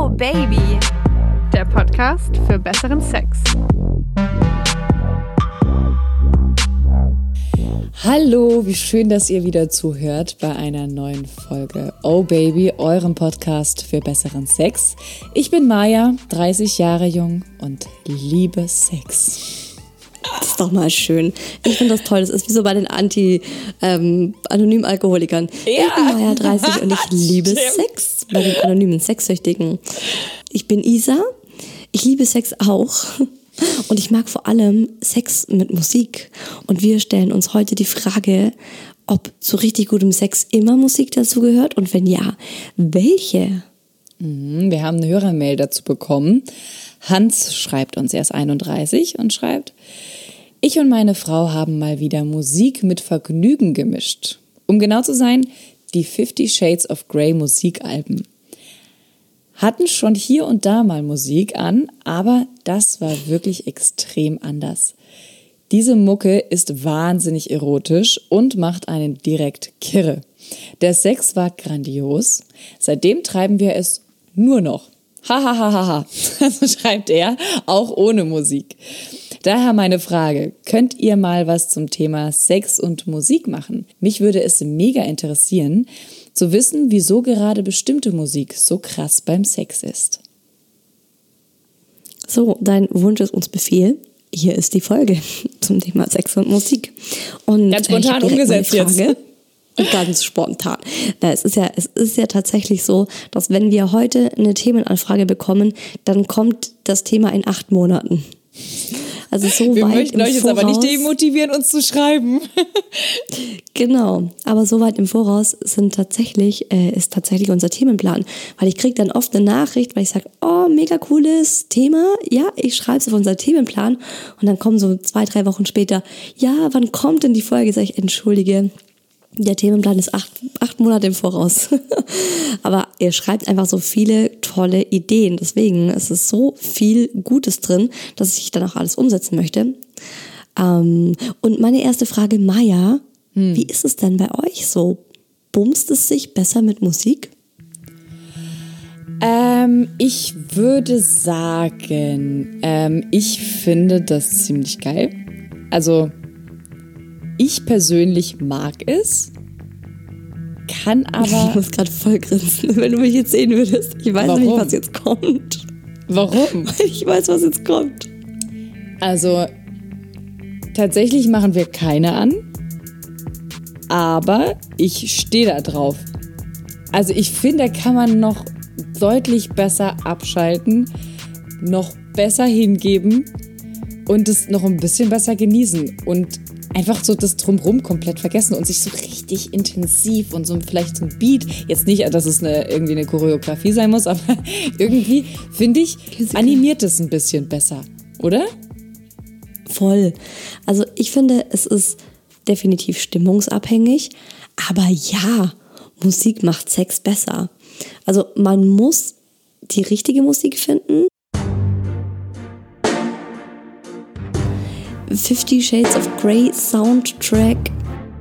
Oh Baby, der Podcast für besseren Sex. Hallo, wie schön, dass ihr wieder zuhört bei einer neuen Folge Oh Baby, eurem Podcast für besseren Sex. Ich bin Maja, 30 Jahre jung und liebe Sex. Das ist doch mal schön. Ich finde das toll. Das ist wie so bei den anonymen Alkoholikern. Ja. Ich bin Maja, 30 und ich liebe Sex. Bei den anonymen Sexsüchtigen. Ich bin Isa. Ich liebe Sex auch. Und ich mag vor allem Sex mit Musik. Und wir stellen uns heute die Frage, ob zu richtig gutem Sex immer Musik dazu gehört und wenn ja, welche? Wir haben eine Hörermail dazu bekommen. Hans schreibt uns, er ist 31 und schreibt: Ich und meine Frau haben mal wieder Musik mit Vergnügen gemischt. Um genau zu sein, die 50 Shades of Grey Musikalben. Hatten schon hier und da mal Musik an, aber das war wirklich extrem anders. Diese Mucke ist wahnsinnig erotisch und macht einen direkt kirre. Der Sex war grandios. Seitdem treiben wir es nur noch. Hahaha, so schreibt er, auch ohne Musik. Daher meine Frage, könnt ihr mal was zum Thema Sex und Musik machen? Mich würde es mega interessieren, zu wissen, wieso gerade bestimmte Musik so krass beim Sex ist. So, dein Wunsch ist uns Befehl. Hier ist die Folge zum Thema Sex und Musik. Und ganz spontan umgesetzt jetzt. Ganz spontan. Na, es ist ja tatsächlich so, dass wenn wir heute eine Themenanfrage bekommen, dann kommt das Thema in 8 Monaten. Also so wir weit möchten euch jetzt aber nicht demotivieren, uns zu schreiben. Genau, aber so weit im Voraus ist tatsächlich unser Themenplan. Weil ich kriege dann oft eine Nachricht, weil ich sage, oh, mega cooles Thema. Ja, ich schreibe es auf unseren Themenplan. Und dann kommen so 2-3 Wochen später, ja, wann kommt denn die Folge? Sag ich, entschuldige, der Themenplan ist 8 Monate im Voraus. Aber ihr schreibt einfach so viele tolle Ideen. Deswegen ist es so viel Gutes drin, dass ich dann auch alles umsetzen möchte. Und meine erste Frage, Maja, wie ist es denn bei euch so? Bumst es sich besser mit Musik? Ich würde sagen, ich finde das ziemlich geil. Also ich persönlich mag es, kann aber... Ich muss gerade voll grinsen, wenn du mich jetzt sehen würdest. Ich weiß Warum? nicht, was jetzt kommt. Warum? Ich weiß, was jetzt kommt. Also tatsächlich machen wir keine an, aber ich stehe da drauf. Also ich finde, da kann man noch deutlich besser abschalten, noch besser hingeben und es noch ein bisschen besser genießen und einfach so das Drumherum komplett vergessen und sich so richtig intensiv und so vielleicht so ein Beat, jetzt nicht, dass es irgendwie eine Choreografie sein muss, aber irgendwie, finde ich, animiert es ein bisschen besser, oder? Voll. Also ich finde, es ist definitiv stimmungsabhängig, aber ja, Musik macht Sex besser. Also man muss die richtige Musik finden. 50 Shades of Grey Soundtrack.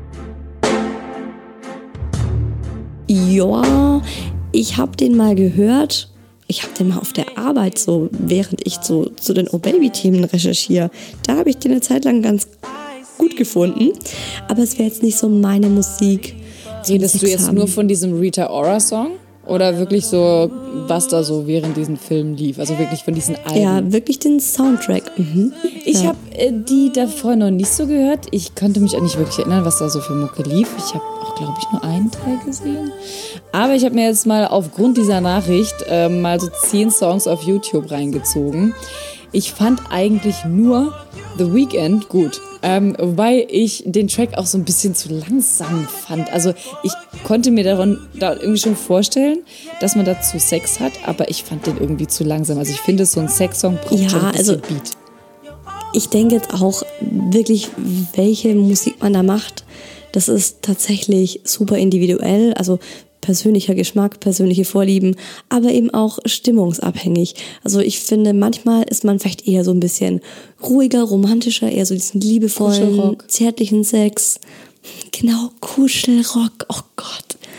Ja, ich habe den mal gehört. Ich habe den mal auf der Arbeit so, während ich so zu den Oh Baby-Themen recherchiere. Da habe ich den eine Zeit lang ganz gut gefunden. Aber es wäre jetzt nicht so meine Musik. Redest du jetzt nur von diesem Rita Ora-Song? Oder wirklich so, was da so während diesen Film lief? Also wirklich von diesen Alben? Ja, wirklich den Soundtrack. Ich habe die davor noch nicht so gehört. Ich konnte mich auch nicht wirklich erinnern, was da so für Mucke lief. Ich habe auch, glaube ich, nur einen Teil gesehen. Aber ich habe mir jetzt mal aufgrund dieser Nachricht mal so 10 Songs auf YouTube reingezogen. Ich fand eigentlich nur The Weeknd gut. Wobei ich den Track auch so ein bisschen zu langsam fand. Also ich konnte mir da irgendwie schon vorstellen, dass man dazu Sex hat, aber ich fand den irgendwie zu langsam. Also ich finde, so ein Sexsong braucht schon ein bisschen Beat. Ich denke jetzt auch wirklich, welche Musik man da macht, das ist tatsächlich super individuell. Also persönlicher Geschmack, persönliche Vorlieben, aber eben auch stimmungsabhängig. Also ich finde, manchmal ist man vielleicht eher so ein bisschen ruhiger, romantischer, eher so diesen liebevollen, zärtlichen Sex. Genau, Kuschelrock, oh Gott.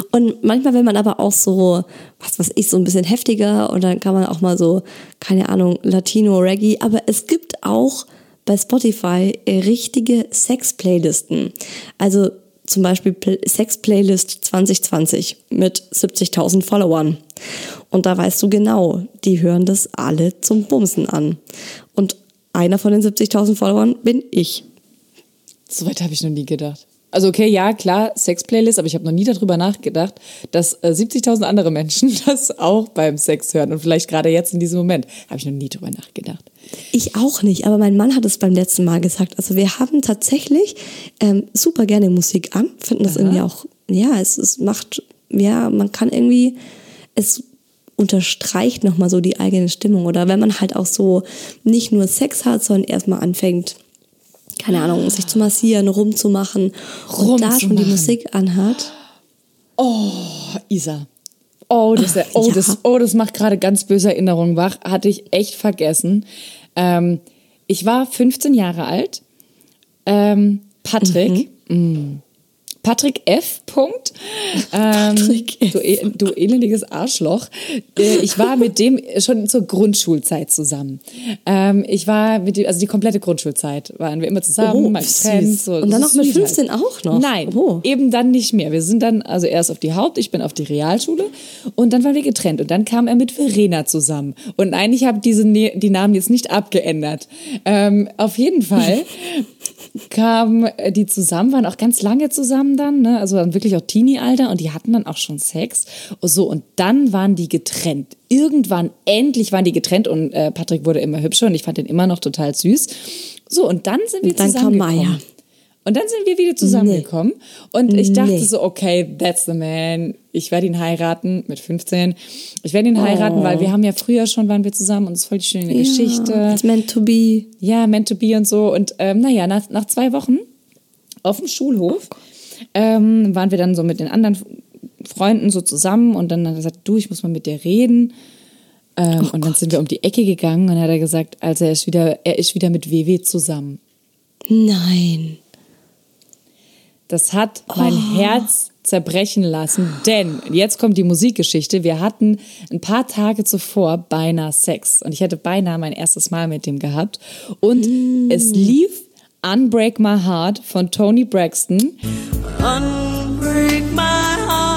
Und manchmal will man aber auch so, was weiß ich, so ein bisschen heftiger und dann kann man auch mal so, keine Ahnung, Latino, Reggae. Aber es gibt auch bei Spotify richtige Sex-Playlisten. Also zum Beispiel Sex-Playlist 2020 mit 70.000 Followern. Und da weißt du genau, die hören das alle zum Bumsen an. Und einer von den 70.000 Followern bin ich. Soweit habe ich noch nie gedacht. Also okay, ja, klar, Sex-Playlist, aber ich habe noch nie darüber nachgedacht, dass 70.000 andere Menschen das auch beim Sex hören und vielleicht gerade jetzt in diesem Moment. Habe ich noch nie drüber nachgedacht. Ich auch nicht, aber mein Mann hat es beim letzten Mal gesagt. Also wir haben tatsächlich super gerne Musik an, finden das irgendwie auch, ja, es macht, ja, man kann irgendwie, es unterstreicht nochmal so die eigene Stimmung. Oder wenn man halt auch so nicht nur Sex hat, sondern erstmal anfängt, keine Ahnung, sich zu massieren, rumzumachen und da schon die Musik anhat. Oh, Isa. Das macht gerade ganz böse Erinnerungen wach. Hatte ich echt vergessen. Ich war 15 Jahre alt. Patrick F. Punkt. Patrick F. Du elendiges Arschloch. Ich war mit dem schon zur Grundschulzeit zusammen. Ich war mit dem, also die komplette Grundschulzeit waren wir immer zusammen, mal getrennt. So, und dann noch mit 15 halt. auch noch? Nein, eben dann nicht mehr. Wir sind dann also erst auf die ich bin auf die Realschule und dann waren wir getrennt. Und dann kam er mit Verena zusammen. Und nein, ich habe die Namen jetzt nicht abgeändert. Auf jeden Fall kamen die zusammen, waren auch ganz lange zusammen dann, ne? Also dann wirklich auch Teenie-Alter und die hatten dann auch schon Sex. So, und dann waren die getrennt. Irgendwann, endlich waren die getrennt und Patrick wurde immer hübscher und ich fand den immer noch total süß. So, und dann sind wir zusammengekommen. Und dann sind wir wieder zusammengekommen und ich dachte so, okay, that's the man. Ich werde ihn heiraten mit 15. Ich werde ihn heiraten, weil wir haben ja früher schon, waren wir zusammen und es ist voll die schöne Geschichte. It's meant to be. Ja, meant to be und so. Und nach 2 Wochen auf dem Schulhof waren wir dann so mit den anderen Freunden so zusammen und dann hat er gesagt, du, ich muss mal mit dir reden. Und dann sind wir um die Ecke gegangen und dann hat er gesagt, also er ist wieder mit WW zusammen. Nein. Das hat mein Herz zerbrechen lassen, denn jetzt kommt die Musikgeschichte. Wir hatten ein paar Tage zuvor beinahe Sex und ich hätte beinahe mein erstes Mal mit dem gehabt und es lief Unbreak My Heart von Toni Braxton. Unbreak my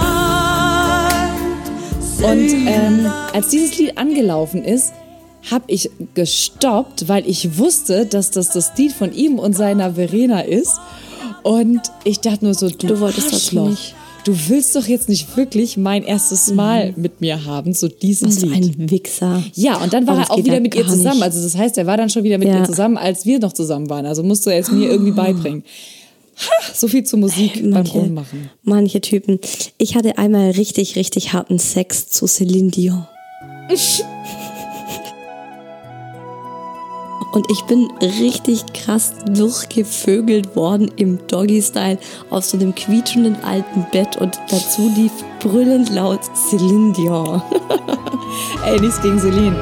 heart. Und als dieses Lied angelaufen ist, habe ich gestoppt, weil ich wusste, dass das Lied von ihm und seiner Verena ist. Und ich dachte nur so, du wolltest das nicht. Du willst doch jetzt nicht wirklich mein erstes Mal mit mir haben, so diesen Lied. Was für ein Wichser. Ja, und dann war er auch wieder mit ihr zusammen. Nicht. Also das heißt, er war dann schon wieder mit ihr zusammen, als wir noch zusammen waren. Also musste er es mir irgendwie beibringen. So viel zur Musik beim Rummachen. Manche Typen. Ich hatte einmal richtig, richtig harten Sex zu Celine Dion. Und ich bin richtig krass durchgevögelt worden im Doggy-Style auf so einem quietschenden alten Bett und dazu lief brüllend laut Celine Dion. Ey, nichts gegen Celine.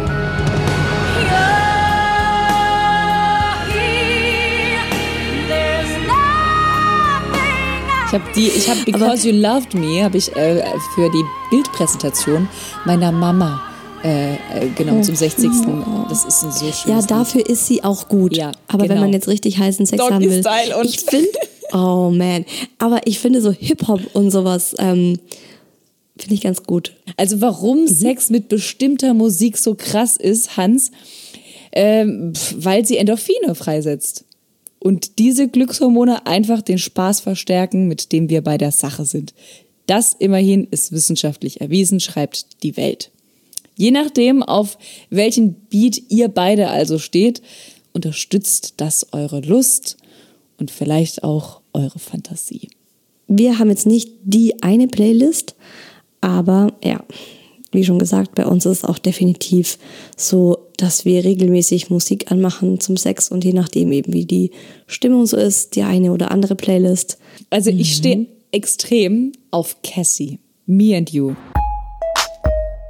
Ich habe Because You Loved Me, habe ich für die Bildpräsentation meiner Mama genommen zum 60. Das ist ein so schönes Ja, dafür ist sie auch gut. Ja, aber wenn man jetzt richtig heißen Sex haben will. Ich finde, oh man, aber ich finde so Hip-Hop und sowas finde ich ganz gut. Also warum Sex mit bestimmter Musik so krass ist, Hans, weil sie Endorphine freisetzt. Und diese Glückshormone einfach den Spaß verstärken, mit dem wir bei der Sache sind. Das immerhin ist wissenschaftlich erwiesen, schreibt die Welt. Je nachdem, auf welchen Beat ihr beide also steht, unterstützt das eure Lust und vielleicht auch eure Fantasie. Wir haben jetzt nicht die eine Playlist, aber ja, wie schon gesagt, bei uns ist es auch definitiv so, dass wir regelmäßig Musik anmachen zum Sex und je nachdem eben, wie die Stimmung so ist, die eine oder andere Playlist. Also ich stehe extrem auf Cassie, Me and You.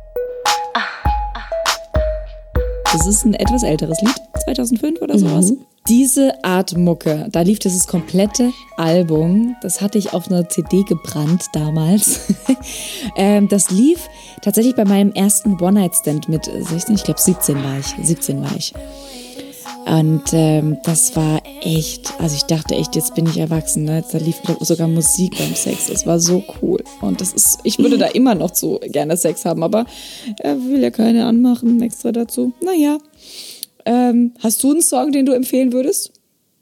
Das ist ein etwas älteres Lied, 2005 oder sowas. Diese Art Mucke, da lief dieses komplette Album, das hatte ich auf einer CD gebrannt damals. Das lief tatsächlich bei meinem ersten One-Night-Stand mit 16, ich glaube 17 war ich. Und das war echt, also ich dachte echt, jetzt bin ich erwachsen, ne? Da lief sogar Musik beim Sex, das war so cool. Und ich würde da immer noch so gerne Sex haben, aber er will ja keine anmachen extra dazu. Naja. Hast du einen Song, den du empfehlen würdest?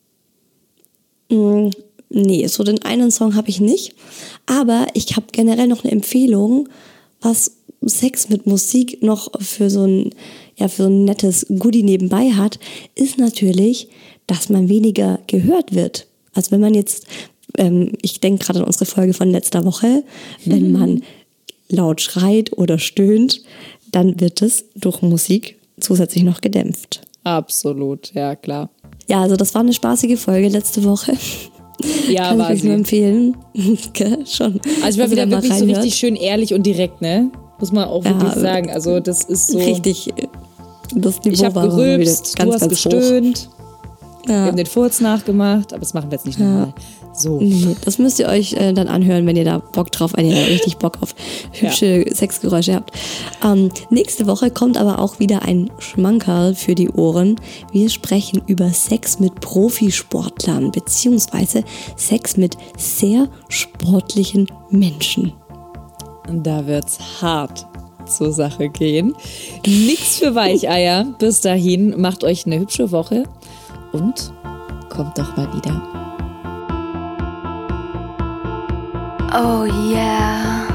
Nee, so den einen Song habe ich nicht. Aber ich habe generell noch eine Empfehlung, was Sex mit Musik noch für so ein nettes Goodie nebenbei hat, ist natürlich, dass man weniger gehört wird. Also wenn man jetzt, ich denke gerade an unsere Folge von letzter Woche, wenn man laut schreit oder stöhnt, dann wird es durch Musik zusätzlich noch gedämpft. Absolut, ja klar. Ja, also das war eine spaßige Folge letzte Woche. Ja, kann war ich euch sie. nur empfehlen. Schon. Also ich war wieder wirklich so richtig schön ehrlich und direkt, ne? Muss man auch wirklich sagen. Also das ist so... Richtig, das Niveau ich habe war gerülpst, ganz, du hast ganz gestöhnt. Ja. Wir haben den Furz nachgemacht, aber das machen wir jetzt nicht nochmal. So. Nee, das müsst ihr euch dann anhören, wenn ihr da Bock drauf, wenn ihr da richtig Bock auf hübsche Sexgeräusche habt. Nächste Woche kommt aber auch wieder ein Schmankerl für die Ohren. Wir sprechen über Sex mit Profisportlern beziehungsweise Sex mit sehr sportlichen Menschen. Und da wird's hart zur Sache gehen. Nix für Weicheier. Bis dahin, macht euch eine hübsche Woche und kommt doch mal wieder. Oh yeah.